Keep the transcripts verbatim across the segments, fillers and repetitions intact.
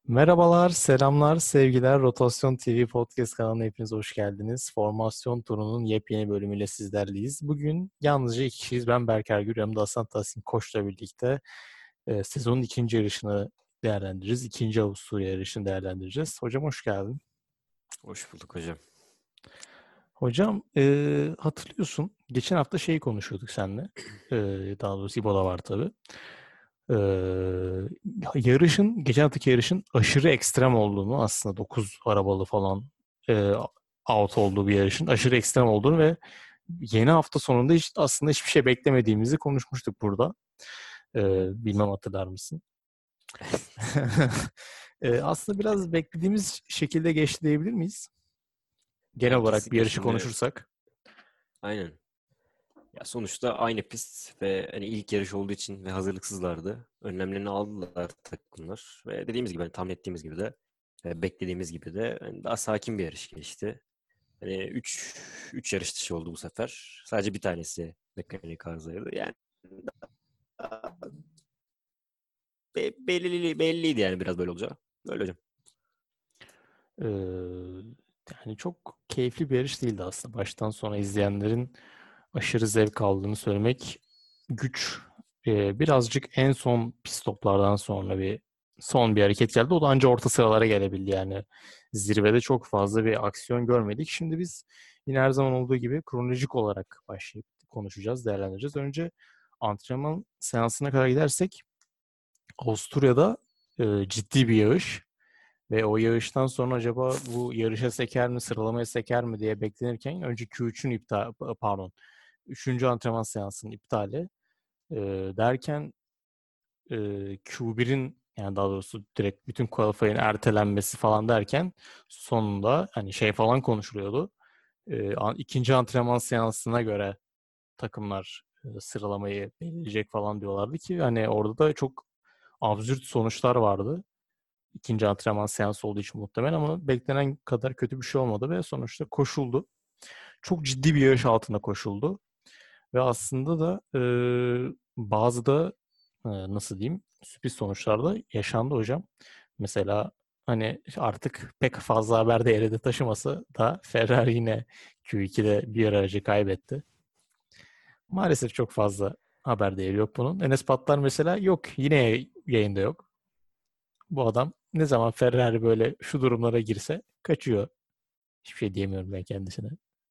Merhabalar, selamlar, sevgiler. Rotasyon T V Podcast kanalına hepiniz hoş geldiniz. Formasyon turunun yepyeni bölümüyle sizlerleyiz. Bugün yalnızca iki kişiyiz. Ben Berker Gür, yanımda Hasan Tahsin Koç'la birlikte e, sezonun ikinci yarışını değerlendireceğiz. İkinci Avusturya yarışını değerlendireceğiz. Hocam hoş geldin. Hoş bulduk hocam. Hocam e, hatırlıyorsun, geçen hafta şeyi konuşuyorduk seninle. E, daha doğrusu İbo'da var tabii. E, yarışın, geçen haftaki yarışın aşırı ekstrem olduğunu, aslında dokuz arabalı falan e, out olduğu bir yarışın aşırı ekstrem olduğunu ve yeni hafta sonunda hiç, aslında hiçbir şey beklemediğimizi konuşmuştuk burada. E, bilmem hatırlar mısın? E, aslında biraz beklediğimiz şekilde geçti diyebilir miyiz? Genel Yani olarak bir kesinlikle yarışı şimdi konuşursak. aynen. Ya sonuçta aynı pist ve hani ilk yarış olduğu için ve hazırlıksızlardı. Önlemlerini aldılar takımlar ve dediğimiz gibi hani tahmin ettiğimiz gibi de e, beklediğimiz gibi de hani daha sakin bir yarış geçti. Hani üç üç yarış dışı oldu bu sefer. Sadece bir tanesi mekanik arızaydı. Yani daha be- belli, belliydi yani biraz böyle olacağı. Öyle hocam. Ee, yani çok keyifli bir yarış değildi aslında. Baştan sona izleyenlerin aşırı zevk aldığını söylemek güç. Ee, birazcık en son pit stoplardan sonra bir son bir hareket geldi. O da anca orta sıralara gelebildi yani. Zirvede çok fazla bir aksiyon görmedik. Şimdi biz yine her zaman olduğu gibi kronolojik olarak başlayıp konuşacağız, değerlendireceğiz. Önce antrenman seansına kadar gidersek Avusturya'da e, ciddi bir yağış. Ve o yağıştan sonra acaba bu yarışa seker mi, sıralamaya seker mi diye beklenirken önce Q üçün iptal, pardon, üçüncü antrenman seansının iptali e, derken e, Q birin, yani daha doğrusu direkt bütün qualify'ın ertelenmesi falan derken sonunda hani şey falan konuşuluyordu. E, an- ikinci antrenman seansına göre takımlar e, sıralamayı belirleyecek falan diyorlardı ki hani orada da çok absürt sonuçlar vardı. İkinci antrenman seansı olduğu için muhtemelen, ama beklenen kadar kötü bir şey olmadı ve sonuçta koşuldu. Çok ciddi bir yağış altında koşuldu. Ve aslında da e, bazı da e, nasıl diyeyim, sürpriz sonuçlar da yaşandı hocam. Mesela hani artık pek fazla haber değeri de taşımasa da Ferrari yine Q ikide bir aracı kaybetti. Maalesef çok fazla haber değeri yok bunun. Enes Patlar mesela yok. Yine yayında yok. Bu adam ne zaman Ferrari böyle şu durumlara girse kaçıyor. Hiçbir şey diyemiyorum ben kendisine.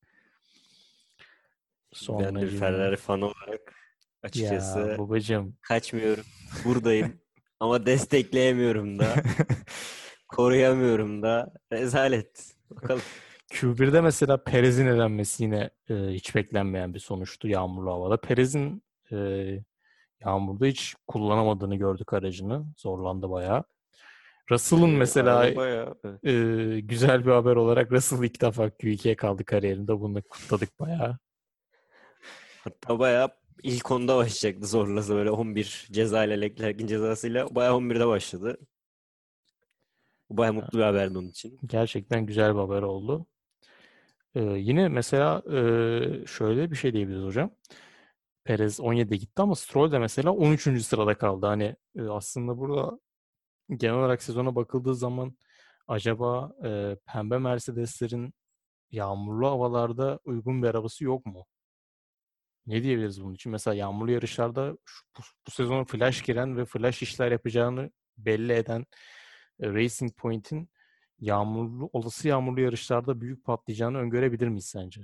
Şimdi ben de bir Sonracığıma. Ferrari fanı olarak Ya açıkçası babacığım. kaçmıyorum. Buradayım. Ama destekleyemiyorum da. Koruyamıyorum da. Rezalet. Bakalım. Q birde mesela Perez'in elenmesi yine e, hiç beklenmeyen bir sonuçtu yağmurlu havada. Perez'in e, yağmurda hiç kullanamadığını gördük aracını. Zorlandı bayağı. Russell'ın Yani mesela araba bayağı evet. e, güzel bir haber olarak Russell ilk defa Q ikiye kaldı kariyerinde. Bunu da kutladık bayağı. Hatta bayağı ilk onda başlayacaktı zorlasa böyle on bir ceza ile Leclerc'in cezasıyla bayağı on birde başladı. Bu bayağı mutlu bir haberdi onun için. Gerçekten güzel bir haber oldu. Ee, yine mesela e, şöyle bir şey diyebiliriz hocam. Perez on yedide gitti ama Stroll de mesela on üçüncü sırada kaldı. Hani e, aslında burada genel olarak sezona bakıldığı zaman acaba e, pembe Mercedeslerin yağmurlu havalarda uygun bir arabası yok mu? Ne diyebiliriz bunun için? Mesela yağmurlu yarışlarda şu, bu, bu sezon flash giren ve flash işler yapacağını belli eden e, Racing Point'in yağmurlu, olası yağmurlu yarışlarda büyük patlayacağını öngörebilir miyiz sence?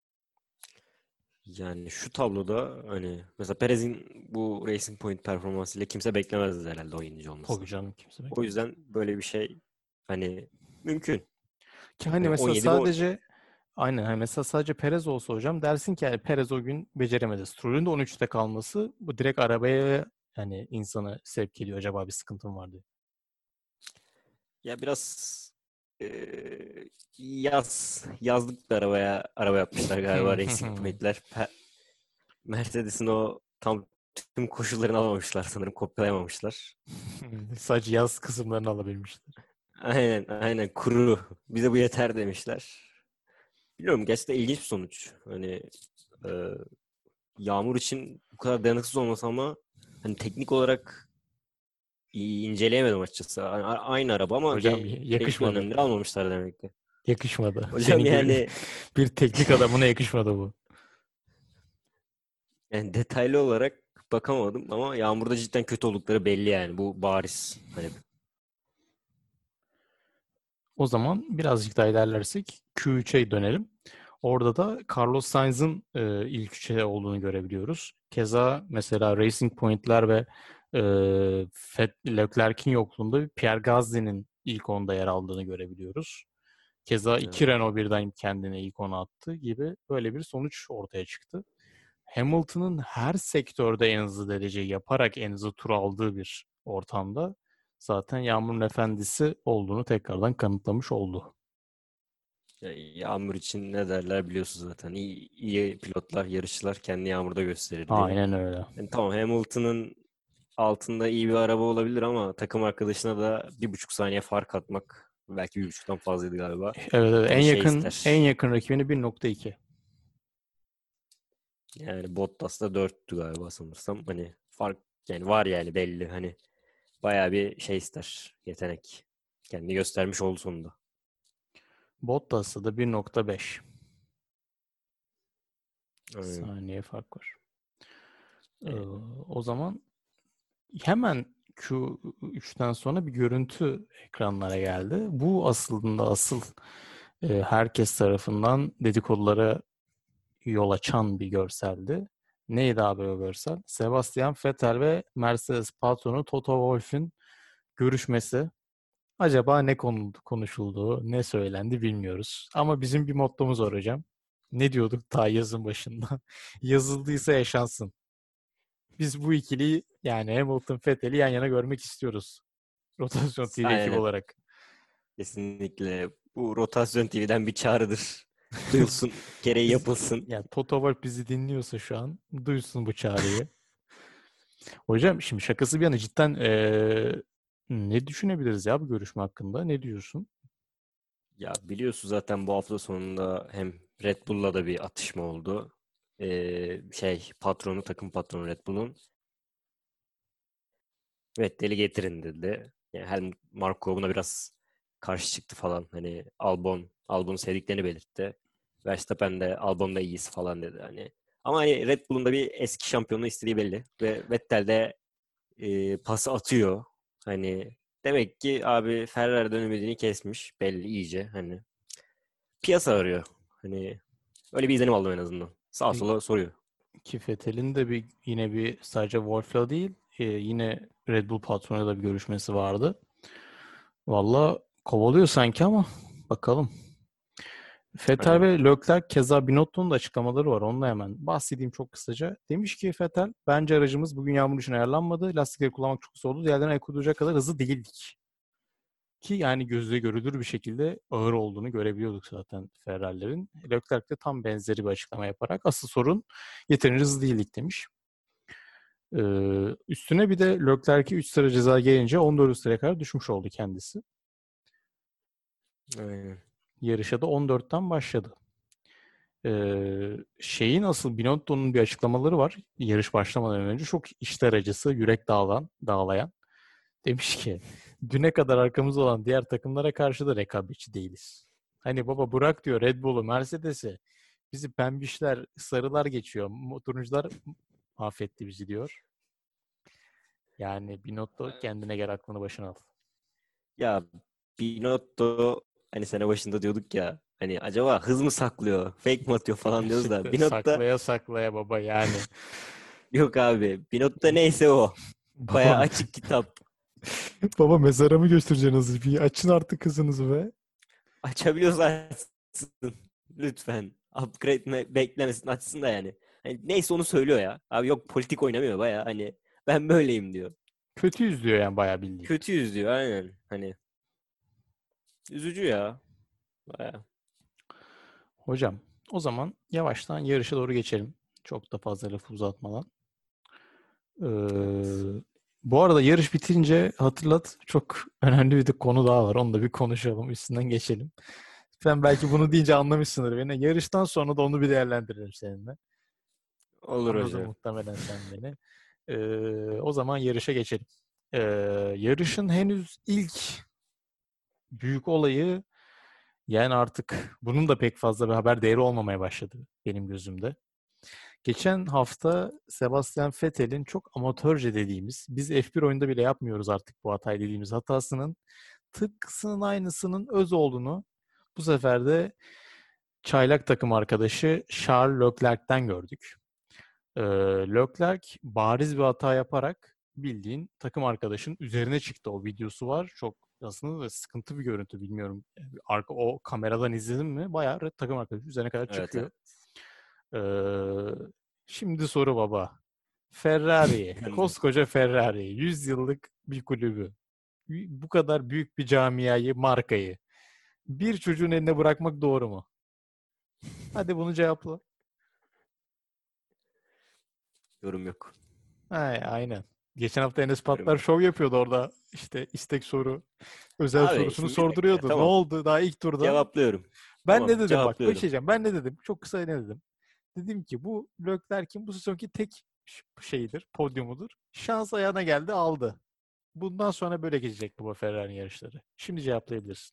Yani şu tabloda hani mesela Perez'in bu Racing Point performansıyla kimse beklemezdi herhalde oyuncu Tabii olmasını. canım, kimse O beklemez. yüzden böyle bir şey hani mümkün. Ki hani Hani mesela on yedi ve on... sadece aynen hani mesela sadece Perez olsa hocam dersin ki yani Perez o gün beceremedi. Stroll'ün de on üçte kalması bu direkt arabaya yani insanı sevk ediyor, acaba bir sıkıntım var diye. Ya biraz eee, yaz yazlık bir arabaya araba yapmışlar galiba Racing Point'ler. Pe- Mercedes'in o tam tüm koşullarını alamamışlar sanırım kopyalayamamışlar. Sadece yaz kısımlarını alabilmişler. Aynen aynen kuru. Bize bu yeter demişler. Biliyorum gerçekten ilginç bir sonuç. Hani eee, yağmur için bu kadar dayanıksız olması ama hani teknik olarak iyi inceleyemedim açıkçası. A- Aynı araba ama Hocam gerekli yakışmadı. önlemleri almamışlar demek ki. Yakışmadı. Hocam Senin gibi yani bir teknik adamına yakışmadı bu. yani detaylı olarak bakamadım ama yağmurda cidden kötü oldukları belli yani. Bu bariz. Hani O zaman birazcık daha ilerlersek Q üçe dönelim. Orada da Carlos Sainz'ın e, ilk üçe olduğunu görebiliyoruz. Keza mesela Racing Point'ler ve e, Fett Leclerc'in yokluğunda Pierre Gasly'nin ilk onda yer aldığını görebiliyoruz. Keza iki evet. Renault birden kendine ilk ona attı gibi böyle bir sonuç ortaya çıktı. Hamilton'ın her sektörde en hızlı dereceyi yaparak en hızlı tur aldığı bir ortamda zaten Yağmur'un efendisi olduğunu tekrardan kanıtlamış oldu. Ya, yağmur için ne derler biliyorsunuz zaten. İyi, iyi pilotlar, yarışçılar kendi yağmurda gösterir diye. Aynen öyle. Yani tamam Hamilton'ın altında iyi bir araba olabilir ama takım arkadaşına da bir buçuk saniye fark atmak belki bir buçuktan fazlaydı galiba. Evet, evet. En Hani şey yakın en ister. yakın rakibini bir nokta iki. Yani Bottas da dörttü galiba sanırsam. Hani fark yani var yani belli. Hani bayağı bir şey ister. Yetenek. Kendini göstermiş oldu sonunda. Bottas'ta da bir nokta beş Aynen. saniye fark var. Ee, Yani, o zaman hemen Q üçten sonra bir görüntü ekranlara geldi. Bu aslında asıl e, herkes tarafından dedikodulara yol açan bir görseldi. Neydi abi o görsel? Sebastian Vettel ve Mercedes patronu Toto Wolff'ün görüşmesi. Acaba ne konu konuşulduğu, ne söylendi bilmiyoruz. Ama bizim bir mottomuz var hocam. Ne diyorduk ta yazın başında? Yazıldıysa yaşansın. Biz bu ikiliyi yani Hamilton Vettel'i yan yana görmek istiyoruz. Rotasyon T V ekibi aynen. olarak. Kesinlikle. Bu Rotasyon T V'den bir çağrıdır. Duyulsun. Gereği Biz, yapılsın. yani Toto Wolff bizi dinliyorsa şu an duysun bu çağrıyı. Hocam şimdi şakası bir yana cidden eee, ne düşünebiliriz ya bu görüşme hakkında? Ne diyorsun? Ya biliyorsun zaten bu hafta sonunda hem Red Bull'la da bir atışma oldu. Ee, şey patronu takım patronu Red Bull'un Vettel'i getirin dedi. Yani Helmut Marko buna biraz karşı çıktı falan. Hani Albon, Albon'u sevdiklerini belirtti. Verstappen de Albon'da iyiyiz falan dedi. Hani ama hani Red Bull'un da bir eski şampiyonluğu istediği belli. Ve Vettel de e, pası atıyor. Hani demek ki abi Ferrari'den ümidini kesmiş belli iyice. Hani piyasa arıyor. Hani öyle bir izlenim aldım en azından. Sağa E, sola soruyor. Ki Vettel'in de bir yine bir sadece Wolff'la değil e, yine Red Bull patronuyla da bir görüşmesi vardı. Valla kovalıyor sanki ama bakalım. Vettel Aynen. ve Leclerc keza Binotto'nun da açıklamaları var. Onunla hemen bahsedeyim çok kısaca. Demiş ki Vettel, bence aracımız bugün yağmur için ayarlanmadı. Lastikleri kullanmak çok zordu. Diğerlerine ayak uyduracak kadar hızlı değildik. Ki yani gözle görülür bir şekilde ağır olduğunu görebiliyorduk zaten Ferrari'lerin. Leclerc de tam benzeri bir açıklama yaparak asıl sorun yeterince hızlı değildik demiş. Ee, üstüne bir de Leclerc'e üç sıra ceza gelince on dört sıraya kadar düşmüş oldu kendisi. Aynen. Yarışa da on dörtten başladı. Ee, şeyin asıl Binotto'nun bir açıklamaları var. Yarış başlamadan önce çok işler acısı, yürek dağılan, dağlayan. Demiş ki düne kadar arkamızda olan diğer takımlara karşı da rekabetçi değiliz. Hani baba bırak diyor Red Bull'u, Mercedes'i. Bizi pembişler, sarılar geçiyor. Turuncular mahvetti bizi diyor. Yani Binotto kendine gel aklını başına al. Ya Binotto hani sene başında diyorduk ya hani acaba hız mı saklıyor, fake mi atıyor falan diyoruz da Gerçekten Binotto saklaya saklaya baba yani. yok abi. Binotto neyse o. Bayağı Baba, açık kitap. baba mezara mı götüreceksiniz? Bir açın artık kızınızı be. Açabiliyorsa açsın. Lütfen. Upgrade me- beklemesin açsın da yani. Hani neyse onu söylüyor ya. Abi yok politik oynamıyor bayağı hani ben böyleyim diyor. Kötüyüz diyor yani bayağı bildiğin. Kötüyüz diyor aynen. Hani üzücü ya. Bayağı. Hocam o zaman yavaştan yarışa doğru geçelim. Çok da fazla lafı uzatmadan. Evet. Ee, bu arada yarış bitince hatırlat çok önemli bir de konu daha var. Onu da bir konuşalım, üstünden geçelim. Sen belki bunu deyince anlamışsındır beni. Yarıştan sonra da onu bir değerlendirelim seninle. Olur Anladın hocam. muhtemelen sen beni. Ee, o zaman yarışa geçelim. Ee, yarışın henüz ilk büyük olayı, yani artık bunun da pek fazla bir haber değeri olmamaya başladı benim gözümde. Geçen hafta Sebastian Vettel'in çok amatörce dediğimiz, biz F bir oyunda bile yapmıyoruz artık bu hatayı dediğimiz hatasının tıpkısının aynısının öz olduğunu bu sefer de çaylak takım arkadaşı Charles Leclerc'ten gördük. Ee, Leclerc bariz bir hata yaparak bildiğin takım arkadaşın üzerine çıktı. O videosu var. Çok aslında da sıkıntı bir görüntü, bilmiyorum. Arka, o kameradan izledin mi? Bayağı takım arkadaşı üzerine kadar Evet, çıkıyor. evet. Ee, şimdi soru baba. Ferrari, Gönder. koskoca Ferrari, yüz yıllık bir kulübü, bu kadar büyük bir camiayı, markayı bir çocuğun eline bırakmak doğru mu? Hadi bunu cevapla. Yorum yok. Ay, aynen. Geçen hafta Enes Yorum Patlar yok. şov yapıyordu orada. İşte istek soru, özel Abi sorusunu şimdi bir dakika. sorduruyordu. Ne Tamam. oldu daha ilk turda? Cevaplıyorum. Ben Tamam, ne dedim bak, bir şey cevaplıyorum. diyeceğim. Ben ne dedim? Çok kısa ne dedim? Dedim ki bu Leclerc'in bu sezonki tek ş- şeyidir, podyumudur. Şans ayağına geldi, aldı. Bundan sonra böyle geçecek bu Ferrari yarışları. Şimdi cevaplayabilirsin.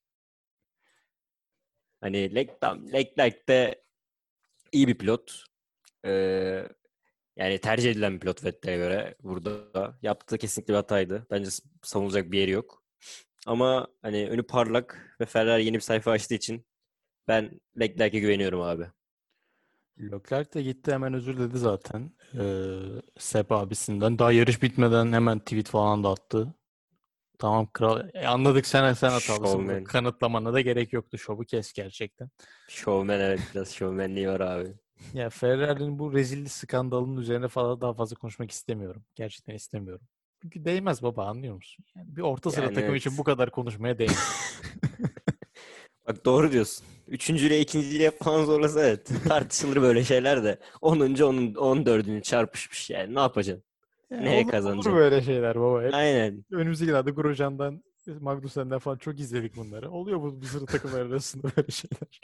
Hani Lek, tam, Leclerc de iyi bir pilot. Ee, Yani tercih edilen bir pilot Vettel'e göre burada. Yaptığı kesinlikle bir hataydı. Bence savunulacak bir yeri yok. Ama hani önü parlak ve Ferrari yeni bir sayfa açtığı için ben Leclerc'e güveniyorum abi. Leclerc de gitti, hemen özür diledi zaten. Ee, Seb abisinden. Daha yarış bitmeden hemen tweet falan da attı. Tamam kral. E, anladık, sen sen hatalısın burada. Showman. Kanıtlamana da gerek yoktu. Şovu kes gerçekten. Showman, evet, biraz showmanliği var abi. Ya Ferrari'nin bu rezillik skandalının üzerine falan daha fazla konuşmak istemiyorum. Gerçekten istemiyorum. Çünkü değmez baba, anlıyor musun? Yani bir orta sıra Yani takım için bu evet. kadar konuşmaya değmez. Bak doğru diyorsun. Üçüncüyle ikinciliğe falan zorlasa evet. Tartışılır böyle şeyler de. Onuncu onun on dördünü çarpışmış yani. Ne yapacaksın? Ya Neye olur, olur kazanacaksın? böyle şeyler baba. Hep Aynen. önümüzdeki yıllarda Grosjean'dan, Magnussen'den falan çok izledik bunları. Oluyor bu, bu sıra takımlar arasında böyle şeyler.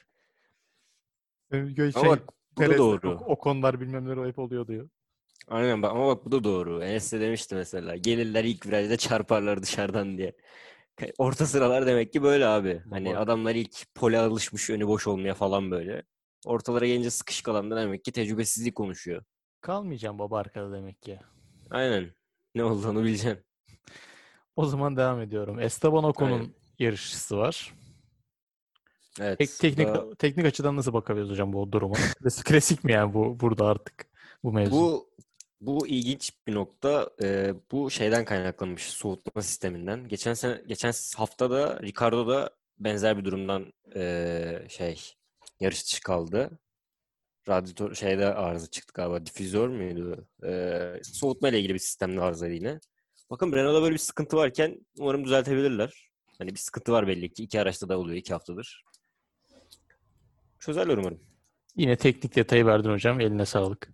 Benim Ama şey, bak bu da Perez'ler, o, doğru. o konular bilmem neler hep oluyor diyor. Aynen bak, ama bak bu da doğru. Enes de demişti mesela. Gelirler ilk virajda çarparlar dışarıdan diye. Orta sıralar demek ki böyle abi. Hani Baba adamlar ilk pole alışmış, önü boş olmaya falan böyle. Ortalara gelince sıkışık alanda demek ki tecrübesizlik konuşuyor. kalmayacağım baba arkada demek ki. Aynen. Ne olduğunu bileceksin. O zaman devam ediyorum. Esteban Aynen. Ocon'un yarışçısı var. Tek, Evet. Bu teknik da teknik açıdan nasıl bakabiliriz hocam bu duruma? Klasik, klasik mi yani bu burada artık bu mevzu? bu bu ilginç bir nokta. Ee, bu şeyden kaynaklanmış, soğutma sisteminden. Geçen sene geçen hafta da Ricardo da benzer bir durumdan ee, şey yarış dışı kaldı. Radyatör şeyde arıza çıktı galiba. Difüzör müydü? Ee, soğutma ile ilgili bir sistemde arızaydı yine. Bakın Renault'da böyle bir sıkıntı varken umarım düzeltebilirler. Hani bir sıkıntı var belli ki. İki araçta da oluyor iki haftadır. Çözerler umarım. Yine teknik detayı verdin hocam. Eline sağlık.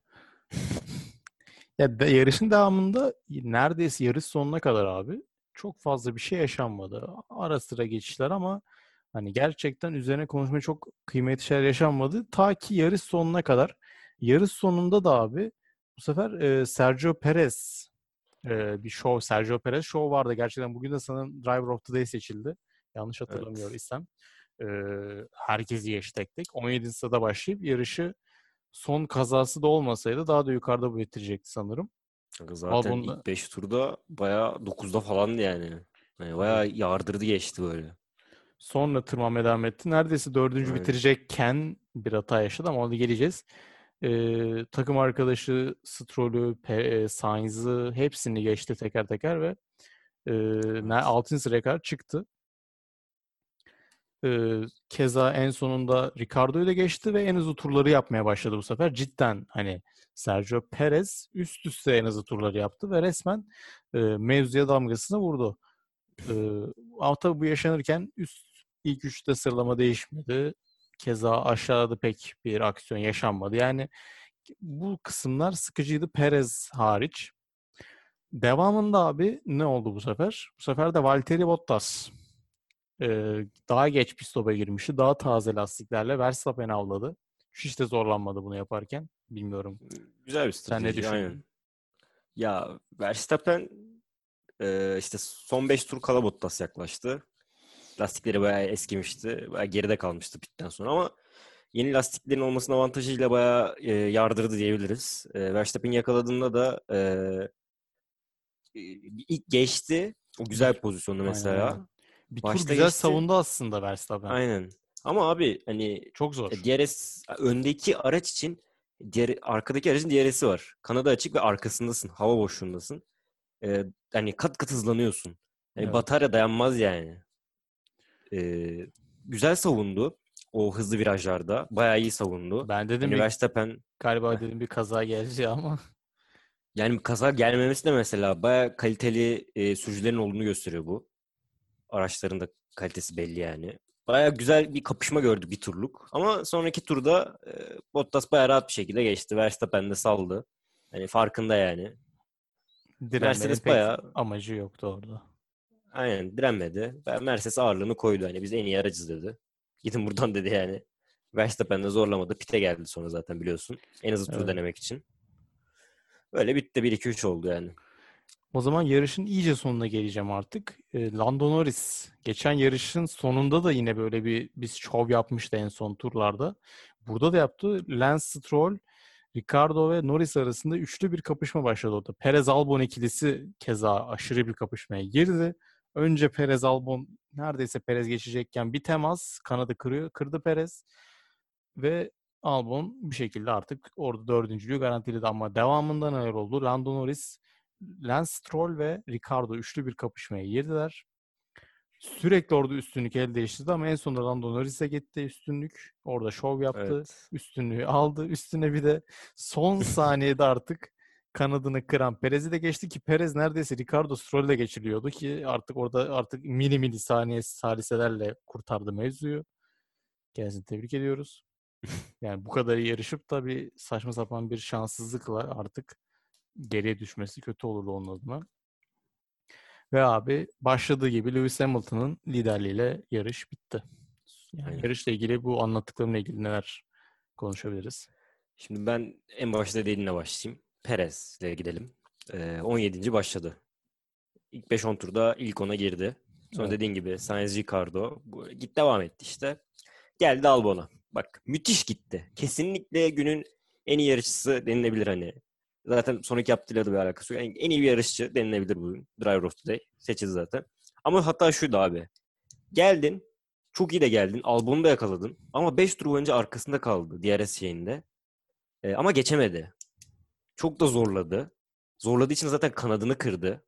Ya da yarışın devamında neredeyse yarış sonuna kadar abi çok fazla bir şey yaşanmadı. Ara sıra geçişler ama hani gerçekten üzerine konuşmaya çok kıymetli şeyler yaşanmadı. Ta ki yarış sonuna kadar. Yarış sonunda da abi bu sefer e, Sergio Perez e, bir show, Sergio Perez show vardı. Gerçekten bugün de sanırım Driver of the Day seçildi. Yanlış hatırlamıyor Evet. isem. E, herkesi geçti tek tek. on yedinci sırada başlayıp yarışı, son kazası da olmasaydı daha da yukarıda bitirecekti sanırım. Kanka Ama zaten bunda ilk beş turda bayağı dokuzda falandı yani. Yani bayağı yardırdı geçti böyle. sonra tırmanmaya devam etti. Neredeyse dördüncü Aynen. bitirecekken bir hata yaşadı ama ona geleceğiz. Ee, takım arkadaşı Stroll'ü, Pe- e, Sainz'ı hepsini geçti teker teker ve e, ne- Evet. altıncı sıraya kadar çıktı. Ee, keza en sonunda Ricardo'yu da geçti ve en hızlı turları yapmaya başladı bu sefer. Cidden hani Sergio Perez üst üste en hızlı turları yaptı ve resmen e, mevzuya damgasını vurdu. Ee, ama tabii bu yaşanırken üst ilk üçte sıralama değişmedi. Keza aşağıda pek bir aksiyon yaşanmadı. Yani bu kısımlar sıkıcıydı Perez hariç. Devamında abi ne oldu bu sefer? Bu sefer de Valtteri Bottas ee, daha geç pit stop'a girmişti. Daha taze lastiklerle Verstappen'i avladı. Hiç de zorlanmadı bunu yaparken. Bilmiyorum. Güzel bir Sen ne strateji aynen. düşündün? Ya Verstappen Ee, işte son beş tur kala Bottas yaklaştı. Lastikleri bayağı eskimişti. Bayağı geride kalmıştı pitten sonra ama yeni lastiklerin olmasının avantajıyla bayağı e, yardırdı diyebiliriz. E, Verstappen yakaladığında da e, e, ilk geçti. O güzel Bir, bir pozisyonda aynen aynen. mesela. Bir tur Başta güzel geçti. savundu aslında Verstappen. Aynen. Ama abi hani Çok zor. e, D R S öndeki araç için diğer arkadaki aracın D R S'i var. Kanadı açık ve arkasındasın. Hava boşluğundasın. E, hani kat kat hızlanıyorsun. Hani Evet. batarya dayanmaz yani. E, güzel savundu. O hızlı virajlarda. Bayağı iyi savundu. Ben dedim Hani bir Verstappen galiba heh, dedim bir kaza geleceği ama yani kaza gelmemesi de mesela bayağı kaliteli e, sürücülerin olduğunu gösteriyor bu. Araçların da kalitesi belli yani. Baya güzel bir kapışma gördük bir turluk. Ama sonraki turda e, Bottas baya rahat bir şekilde geçti. Verstappen de saldı. Hani farkında yani. direnmenin Mercedes pek baya amacı yoktu orada. aynen direnmedi. Ben Mercedes ağırlığını koydu. Hani biz en iyi aracız dedi. Gidin buradan dedi yani. Verstappen de zorlamadı. Pite geldi sonra zaten biliyorsun. En hızlı tur Evet. denemek için. Böyle bitti. bir iki üç oldu yani. O zaman yarışın iyice sonuna geleceğim artık. E, Lando Norris geçen yarışın sonunda da yine böyle bir biz şov yapmıştı en son turlarda. Burada da yaptı. Lance Stroll, Ricardo ve Norris arasında üçlü bir kapışma başladı orada. Perez Albon ikilisi keza aşırı bir kapışmaya girdi. Önce Perez Albon neredeyse Perez geçecekken bir temas kanadı kırıyor, kırdı Perez ve Albon bir şekilde artık orada dördüncülüğü garantiledi ama devamında neler oldu? Lando Norris, Lance Stroll ve Ricardo üçlü bir kapışmaya girdiler. Sürekli orada üstünlük el değiştirdi ama en sonunda Lando Norris'e gitti üstünlük. Orada şov yaptı. Evet. Üstünlüğü aldı. Üstüne bir de son saniyede artık kanadını kıran Perez'i de geçti ki Perez neredeyse Ricardo Stroll'le geçiliyordu ki artık orada artık mini mini saniye saliselerle kurtardı mevzuyu. Kendisini tebrik ediyoruz. Yani bu kadar iyi yarışıp da bir saçma sapan bir şanssızlıkla artık geriye düşmesi kötü olurdu onun adına. Ve abi başladığı gibi Lewis Hamilton'ın liderliğiyle yarış bitti. Yani Aynen. yarışla ilgili bu anlattıklarımla ilgili neler konuşabiliriz? Şimdi ben en başta dediğinle başlayayım. Perez'le gidelim. Ee, on yedinci başladı. İlk beş on turda ilk ona girdi. Sonra Evet. dediğin gibi Sainz Ricardo bu, git devam etti işte. Geldi Albon'a. Bak müthiş gitti. Kesinlikle günün en iyi yarışçısı denilebilir hani. Zaten sonraki yaptığıyla da bir alakası yok. En, en iyi bir yarışçı denilebilir bugün. Driver of the Day. Seçildi zaten. Ama hatta şuydu abi. Geldin. Çok iyi de geldin. Albon'u da yakaladın. Ama beş tur boyunca arkasında kaldı. D R S şeyinde. Ee, ama geçemedi. Çok da zorladı. Zorladığı için zaten kanadını kırdı.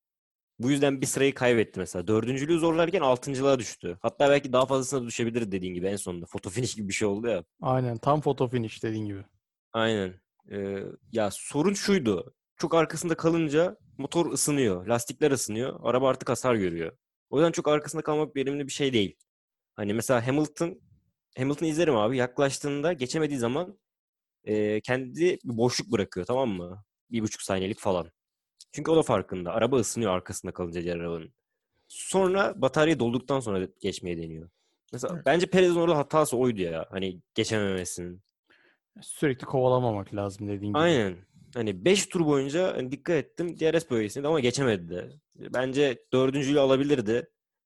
Bu yüzden bir sırayı kaybetti mesela. Dördüncülüğü zorlarken altıncılığa düştü. Hatta belki daha fazlasına da düşebilir dediğin gibi en sonunda. Foto finish gibi bir şey oldu ya. Aynen tam foto finish dediğin gibi. Aynen. Ee, ya sorun şuydu. Çok arkasında kalınca motor ısınıyor. Lastikler ısınıyor. Araba artık hasar görüyor. O yüzden çok arkasında kalmak verimli bir şey değil. Hani mesela Hamilton Hamilton izlerim abi. Yaklaştığında geçemediği zaman e, kendi bir boşluk bırakıyor, tamam mı? Bir buçuk saniyelik falan. Çünkü o da farkında. Araba ısınıyor arkasında kalınca diğer arabanın. Sonra batarya dolduktan sonra geçmeye deniyor. Mesela Evet. bence Perez'in orada hatası oydu ya. Hani geçememesinin. Sürekli kovalamamak lazım dediğin gibi. Aynen. Hani beş tur boyunca hani dikkat ettim. D R S bölgesinde ama geçemedi de. Bence dördüncülüğü alabilirdi.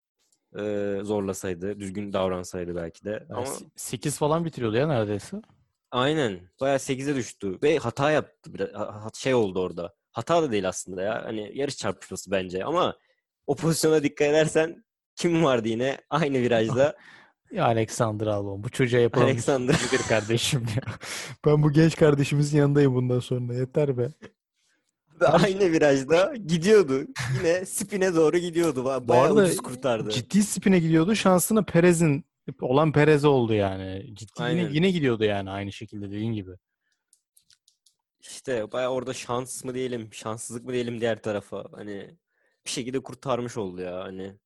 Ee, zorlasaydı. Düzgün davransaydı belki de. Yani Ama sekiz falan bitiriyordu ya neredeyse. aynen. Bayağı sekize düştü. Ve hata yaptı. Biraz, ha- şey oldu orada. Hata da değil aslında ya. Hani yarış çarpışması bence. Ama o pozisyona dikkat edersen kim vardı yine aynı virajda? Ya Alexander Albon. Bu çocuğa yapılan Alexander. mutsuzluk nedir kardeşim ya? Ben bu genç kardeşimizin yanındayım bundan sonra. Yeter be. Ve Her aynı virajda gidiyordu. Yine spine doğru gidiyordu. Ba- Bu Bayağı arada ucuz kurtardı. ciddi spine gidiyordu. Şansına Perez'in olan Perez oldu yani. Ciddi yine Aynen. yine gidiyordu yani aynı şekilde dediğin gibi. İşte bayağı orada şans mı diyelim, şanssızlık mı diyelim diğer tarafa. Hani bir şekilde kurtarmış oldu ya. Hani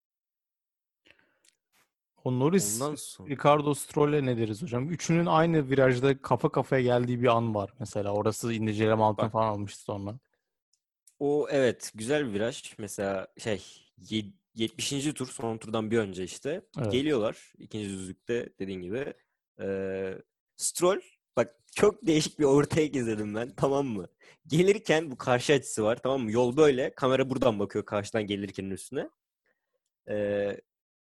O Norris, ondan sonra. Ricardo, Stroll'e ne deriz hocam? Üçünün aynı virajda kafa kafaya geldiği bir an var mesela. Orası inceleme altına Bak falan almıştı sonra. o evet güzel bir viraj. Mesela şey ye- yetmişinci tur son turdan bir önce işte Evet. geliyorlar ikinci düzlükte dediğin gibi. Ee, Stroll Bak çok değişik bir overtake izledim ben, tamam mı? Gelirken bu karşı açısı var, tamam mı? Yol böyle. Kamera buradan bakıyor karşıdan gelirkenin üstüne. Ee,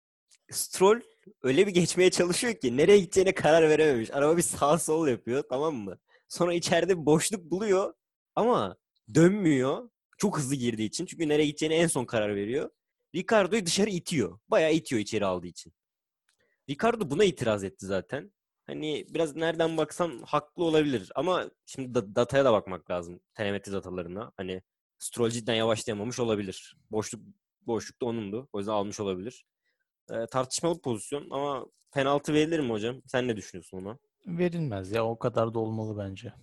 Stroll öyle bir geçmeye çalışıyor ki nereye gideceğine karar verememiş. Araba bir sağ sol yapıyor, tamam mı? Sonra içeride bir boşluk buluyor ama dönmüyor. Çok hızlı girdiği için. Çünkü nereye gideceğine en son karar veriyor. Ricardo'yu dışarı itiyor. Bayağı itiyor içeri aldığı için. Ricardo buna itiraz etti zaten. Hani biraz nereden baksan haklı olabilir. Ama şimdi da- dataya da bakmak lazım. Telemetri datalarına. Hani Stroll cidden yavaşlayamamış olabilir. Boşluk boşlukta onundu. O yüzden almış olabilir. Ee, tartışmalı pozisyon ama penaltı verilir mi hocam? Sen ne düşünüyorsun ona? Verilmez ya. O kadar da olmalı bence.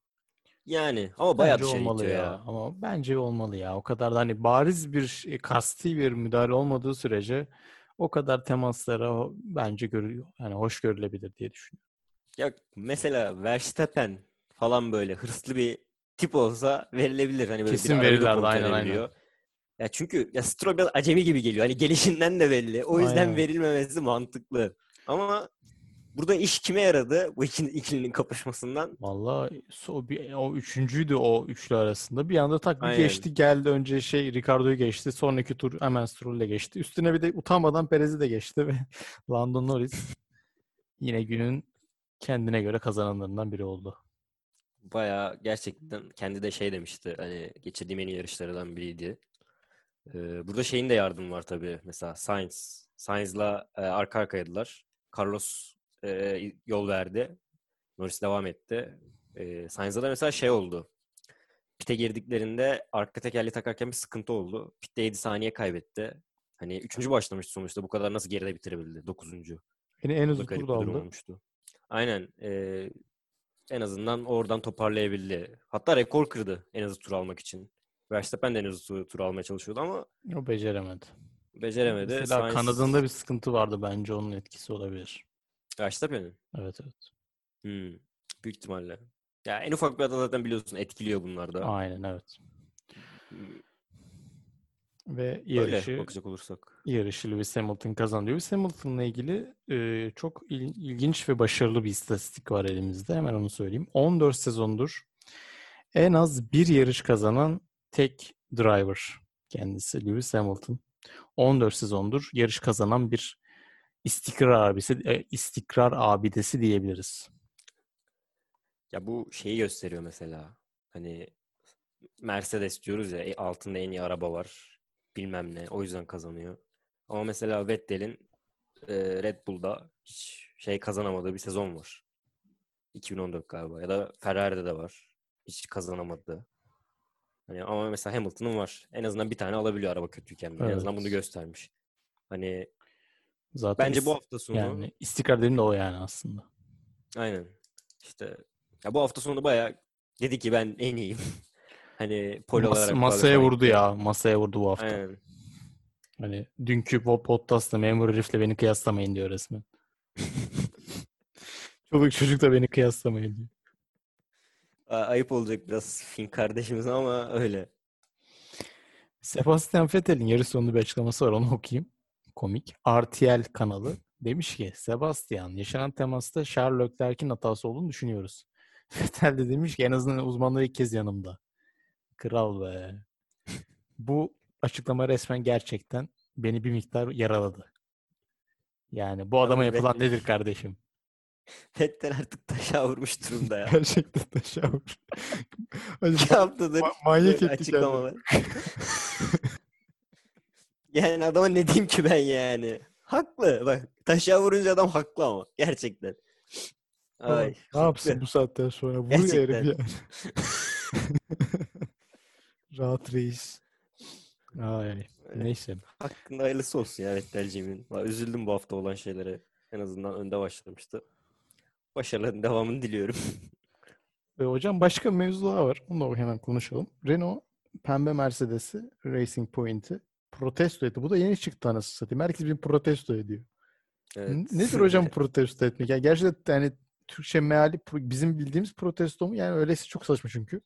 Yani ama bayağı Bence dışarı olmalı itiyor ya. ya. Ama bence olmalı ya. O kadar da hani bariz bir e, kasti bir müdahale olmadığı sürece o kadar temaslara o- bence görülüyor. Yani hoş görülebilir diye düşünüyorum. Ya mesela Verstappen falan böyle hırslı bir tip olsa verilebilir. Hani böyle bir de Kesin arabayı da verirlerdi. kontrol Aynen aynen. edebiliyor. Ya çünkü ya Stroll biraz acemi gibi geliyor. Hani gelişinden de belli. O yüzden Aynen. verilmemesi mantıklı. Ama burada iş kime yaradı? Bu ikili, ikilinin kapışmasından. Vallahi so, bir, o üçüncüydü o üçlü arasında. Bir anda tak bir Aynen. geçti geldi. Önce şey Ricardo'yu geçti. Sonraki tur hemen Stroll'le geçti. Üstüne bir de utanmadan Perez'i de geçti ve Lando Norris yine günün kendine göre kazananlarından biri oldu. Bayağı gerçekten kendi de şey demişti. Hani geçirdiğim en iyi yarışlardan biriydi. Ee, burada şeyin de yardımı var tabii. Mesela Sainz. Sainz'la e, arka arkaydılar. Carlos e, yol verdi. Norris devam etti. E, Sainz'da da mesela şey oldu. Pit'e girdiklerinde arka tekerleği takarken bir sıkıntı oldu. Pit'te yedi saniye kaybetti. Hani üçüncü başlamıştı sonuçta. Bu kadar nasıl geride bitirebildi? Dokuzuncu. Yine en O da hızlı tur da garip bir durum aldı. olmuştu. Aynen. e, en azından oradan toparlayabildi. Hatta rekor kırdı en hızlı tur almak için. Verstappen de en hızlı tur, tur almaya çalışıyordu ama O beceremedi. beceremedi. Mesela Sainz kanadında bir sıkıntı vardı bence onun etkisi olabilir. Verstappen'in. Evet evet. Hmm, büyük ihtimalle. Ya en ufak bir hata zaten biliyorsun etkiliyor bunlar da. Aynen evet. Hmm, Ve öyle yarışı bakacak olursak. yarışı Lewis Hamilton kazandı. Lewis Hamilton'la ilgili e, çok il- ilginç ve başarılı bir istatistik var elimizde. Hemen onu söyleyeyim. on dört sezondur en az bir yarış kazanan tek driver kendisi Lewis Hamilton. on dört sezondur yarış kazanan bir istikrar abisi, e, istikrar abidesi diyebiliriz. Ya bu şeyi gösteriyor mesela. Hani Mercedes diyoruz ya, e, altında en iyi araba var. Bilmem ne. O yüzden kazanıyor. Ama mesela Vettel'in e, Red Bull'da hiç şey kazanamadığı bir sezon var. iki bin on dört galiba. Ya da Ferrari'de de var. Hiç kazanamadı. Hani ama mesela Hamilton'ın var. En azından bir tane alabiliyor araba kötüyken bile. En azından bunu Evet. göstermiş. Hani Zaten bence bu is- hafta sonu yani istikrar dediğim de o yani aslında. aynen. İşte ya bu hafta sonu bayağı dedi ki ben en iyiyim. Hani pol Mas- olarak masaya qualifying'de. vurdu ya. Masaya vurdu bu hafta. Aynen. Hani dünkü bu podcast'ta Memur Herif'le beni kıyaslamayın diyor resmen. Çoluk çocuk da beni kıyaslamayın diyor. A- Ayıp olacak biraz Finn kardeşimiz ama öyle. Sebastian Vettel'in yarış sonunda bir açıklaması var, onu okuyayım. Komik. R T L kanalı demiş ki Sebastian yaşanan temasta Charles Leclerc'in hatası olduğunu düşünüyoruz. Vettel de demiş ki en azından uzmanlar ilk kez yanımda. Kral be. Bu açıklama resmen gerçekten beni bir miktar yaraladı. Yani bu adama Abi yapılan Vettel, nedir kardeşim? Vettel artık taşa vurmuş durumda ya. Gerçekten teşekkür. Hadi İki ma- haftadır ma- manyak böyle etti kendini. açıklamalar. Yani adama ne diyeyim ki ben yani. Haklı. Bak taşa vurunca adam haklı ama. Gerçekten. Ama Ay ne yapsın haklı. bu saatten sonra? Vuruyor herif Gerçekten. yani. Rahat reis. Ay, Öyle. neyse. Hakkında hayırlısı olsun ya Vettelciğimin. Valla üzüldüm bu hafta olan şeylere. En azından önde başlamıştı. Başarıların devamını diliyorum. E, hocam başka bir mevzu daha var. Onu da hemen konuşalım. Renault pembe Mercedes'i Racing Point'i protesto etti. Bu da yeni çıktı anasını satayım. Herkes bir protesto ediyor. N- Evet. Nedir hocam protesto etmek? Yani gerçekten yani Türkçe meali pro- bizim bildiğimiz protesto mu? Yani öylesi çok saçma çünkü.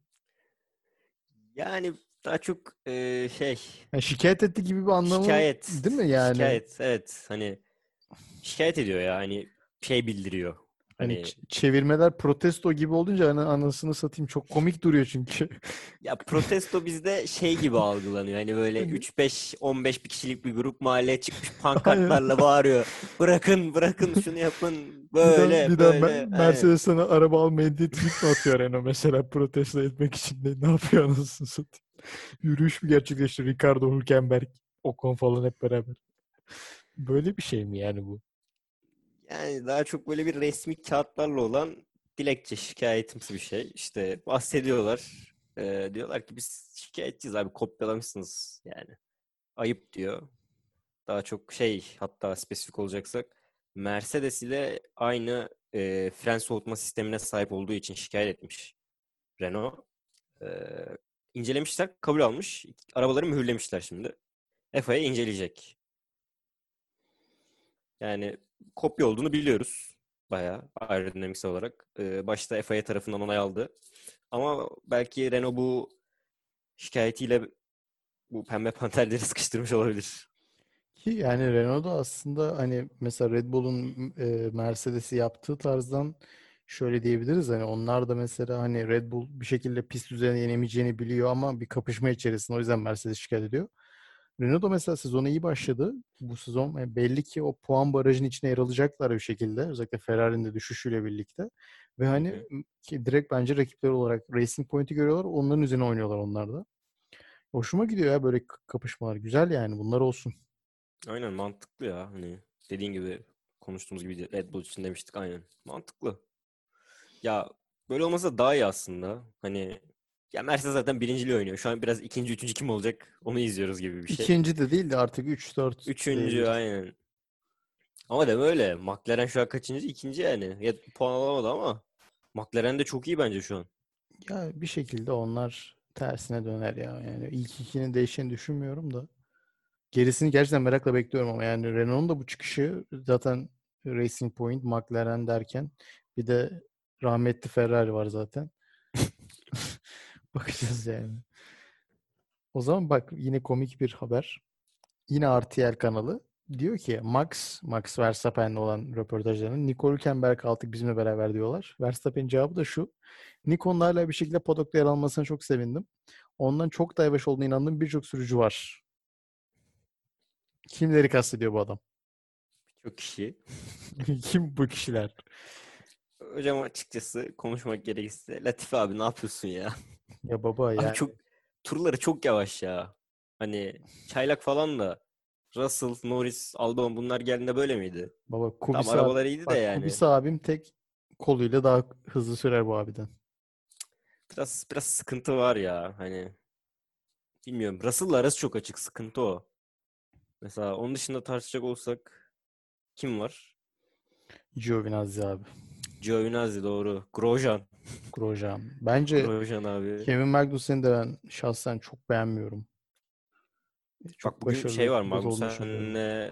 Yani daha çok e, şey Yani şikayet etti gibi bir anlamı şikayet. değil mi yani? Şikayet. Evet. Hani şikayet ediyor ya. Hani şey bildiriyor. Hani Hani ç- çevirmeler protesto gibi olunca hani anasını satayım çok komik duruyor çünkü. ya protesto bizde şey gibi algılanıyor. Hani böyle Hani üç beş on beş bir kişilik bir grup mahalleye çıkmış aynen. pankartlarla bağırıyor. Bırakın bırakın şunu yapın Bir daha bir böyle daha Me- böyle. Aynen. Mercedes sana araba almayın diye tweet mi atıyor Renault mesela protesto etmek için de ne yapıyor anasını satayım. Yürüyüş mü gerçekleştiriyor Ricardo Hülkenberg, Ocon falan hep beraber. Böyle bir şey mi yani bu? Yani daha çok böyle bir resmi kağıtlarla olan dilekçe şikayetimsi bir şey. İşte bahsediyorlar. Ee, diyorlar ki biz şikayetçiyiz abi kopyalamışsınız yani. Ayıp diyor. Daha çok şey hatta spesifik olacaksak Mercedes ile aynı e, fren soğutma sistemine sahip olduğu için şikayet etmiş Renault. Ee, incelemişler, kabul almış. Arabaları mühürlemişler şimdi. F I A inceleyecek. Yani kopya olduğunu biliyoruz. Bayağı aerodinamiksel olarak. Ee, başta F I A tarafından onay aldı. Ama belki Renault bu şikayetiyle bu pembe panterleri sıkıştırmış olabilir. Ki yani Renault'da aslında hani mesela Red Bull'un e, Mercedes'i yaptığı tarzdan şöyle diyebiliriz hani onlar da mesela hani Red Bull bir şekilde pist üzerine yenemeyeceğini biliyor ama bir kapışma içerisinde o yüzden Mercedes şikayet ediyor. Renault da mesela sezona iyi başladı. Bu sezon e, belli ki o puan barajının içine yer alacaklar bir şekilde. Özellikle Ferrari'nin de düşüşüyle birlikte. Ve Hı hani hı. m- ki direkt bence rakipleri olarak Racing Point'i görüyorlar. Onların üzerine oynuyorlar onlar da. Hoşuma gidiyor ya böyle k- kapışmalar. Güzel yani bunlar olsun. Aynen mantıklı ya. Hani dediğin gibi konuştuğumuz gibi Red Bull için demiştik aynen. Mantıklı. Ya böyle olmasa daha iyi aslında. Hani ya Mercedes zaten birinciliği oynuyor. Şu an biraz ikinci, üçüncü kim olacak onu izliyoruz gibi bir şey. İkinci de değil de artık üç dört Üçüncü diyebiliriz. aynen. Ama deme öyle. McLaren şu an kaçıncı? İkinci yani. Ya puan alamadı ama McLaren de çok iyi bence şu an. Ya bir şekilde onlar tersine döner ya. Yani ilk ikinin değişeceğini düşünmüyorum da. Gerisini gerçekten merakla bekliyorum ama yani Renault'un da bu çıkışı zaten Racing Point, McLaren derken bir de rahmetli Ferrari var zaten. Bakacağız yani. O zaman bak yine komik bir haber. Yine R T L kanalı diyor ki Max, Max Verstappen'le olan röportajlarını Nico Hülkenberg artık bizimle beraber diyorlar. Verstappen'in cevabı da şu. Nico'nun hala bir şekilde podokta yer almasına çok sevindim. Ondan çok da yavaş olduğuna inandığım birçok sürücü var. Kimleri kastediyor bu adam? Çok kişi. Kim bu kişiler? Hocam açıkçası konuşmak gerekirse Latifi abi ne yapıyorsun ya? Ya baba Abi yani çok turları çok yavaş ya. Hani çaylak falan da Russell, Norris, Albon bunlar geldiğinde böyle miydi? baba Tam Kubica arabalar iyiydi de bak yani. Kubica abim tek koluyla daha hızlı sürer bu abiden. Biraz biraz sıkıntı var ya. Hani bilmiyorum. Russell'la arası çok açık. Sıkıntı o. Mesela onun dışında tartışacak olsak kim var? Giovinazzi abi. Giovinazzi doğru. Grosjean. Grosjean. Bence Grosjean abi. Kevin Magnussen'i de ben şahsen çok beğenmiyorum. Bak Çok bugün başarılı şey var pilot olduğunu düşünmüyorum. Magnussen'le